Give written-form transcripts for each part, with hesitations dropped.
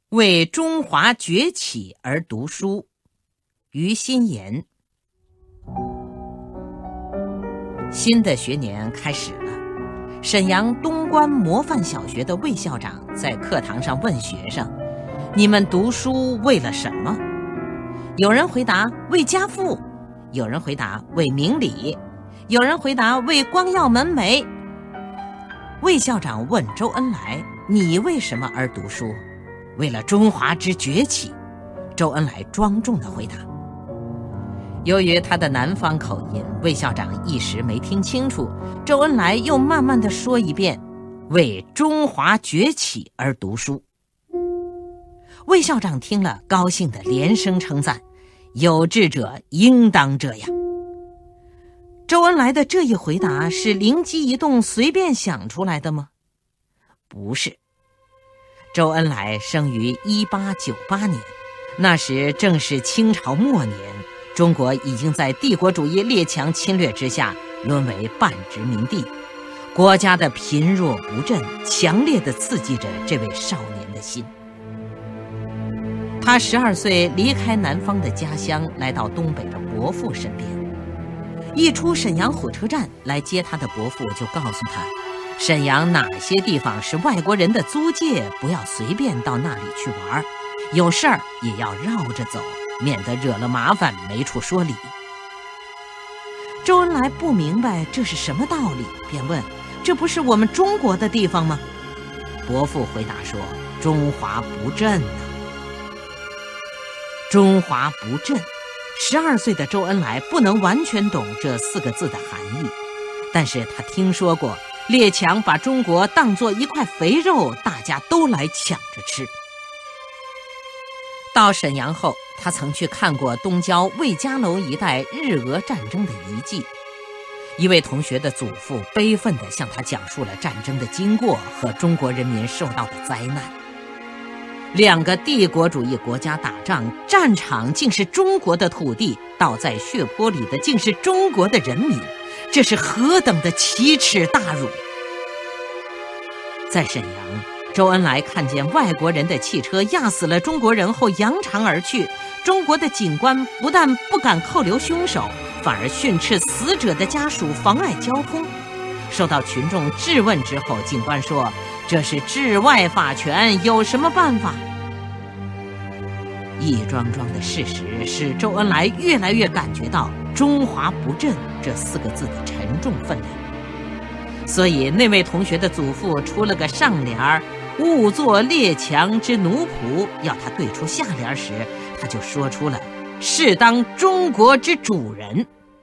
为中华崛起而读书，于心言。新的学年开始了，沈阳东关模范小学的魏校长在课堂上问学生：你们读书为了什么？有人回答为家父，有人回答为明理，有人回答为光耀门楣。魏校长问周恩来：你为什么而读书？为了中华之崛起。周恩来庄重地回答。由于他的南方口音，魏校长一时没听清楚，周恩来又慢慢地说一遍：为中华崛起而读书。魏校长听了，高兴地连声称赞：有志者应当这样。周恩来的这一回答是灵机一动随便想出来的吗？不是。周恩来生于1898年，那时正是清朝末年，中国已经在帝国主义列强侵略之下沦为半殖民地，国家的贫弱不振强烈地刺激着这位少年的心。他12岁离开南方的家乡，来到东北的伯父身边。一出沈阳火车站，来接他的伯父就告诉他，沈阳哪些地方是外国人的租界，不要随便到那里去玩，有事儿也要绕着走，免得惹了麻烦没处说理。周恩来不明白这是什么道理，便问：这不是我们中国的地方吗？伯父回答说：中华不振啊。中华不振，12岁的周恩来不能完全懂这4个字的含义，但是他听说过列强把中国当作一块肥肉，大家都来抢着吃。到沈阳后，他曾去看过东郊魏家楼一带日俄战争的遗迹。一位同学的祖父悲愤地向他讲述了战争的经过和中国人民受到的灾难。2个帝国主义国家打仗，战场竟是中国的土地，倒在血泊里的竟是中国的人民，这是何等的奇耻大辱！在沈阳，周恩来看见外国人的汽车压死了中国人后扬长而去，中国的警官不但不敢扣留凶手，反而训斥死者的家属妨碍交通。受到群众质问之后，警官说：这是治外法权，有什么办法？一桩桩的事实使周恩来越来越感觉到中华不振这4个字的沉重分量。所以那位同学的祖父出了个上联：勿做列强之奴仆，要他对出下联时，他就说出了是当中国之主人。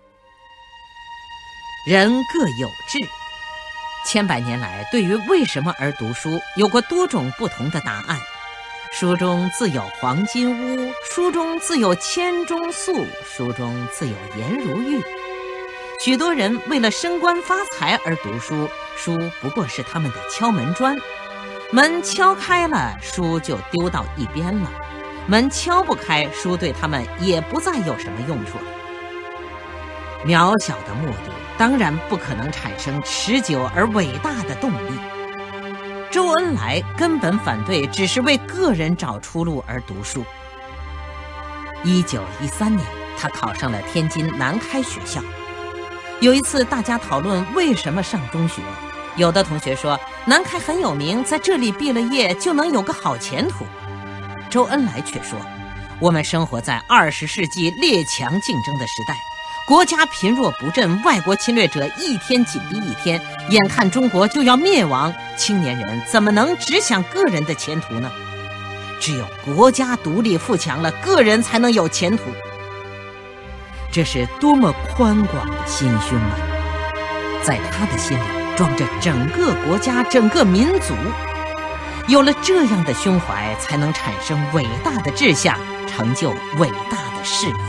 人各有志，千百年来，对于为什么而读书，有过多种不同的答案。书中自有黄金屋，书中自有千钟粟，书中自有颜如玉。许多人为了升官发财而读书，书不过是他们的敲门砖。门敲开了，书就丢到一边了；门敲不开，书对他们也不再有什么用处了。渺小的目的当然不可能产生持久而伟大的动力。周恩来根本反对只是为个人找出路而读书。1913年，他考上了天津南开学校。有一次大家讨论为什么上中学，有的同学说南开很有名，在这里毕了业就能有个好前途。周恩来却说，我们生活在20世纪列强竞争的时代，国家贫弱不振，外国侵略者一天紧逼一天，眼看中国就要灭亡，青年人怎么能只想个人的前途呢？只有国家独立富强了，个人才能有前途。这是多么宽广的心胸啊！在他的心里装着整个国家，整个民族。有了这样的胸怀，才能产生伟大的志向，成就伟大的事业。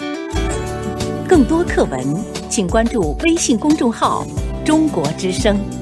更多课文，请关注微信公众号“中国之声”。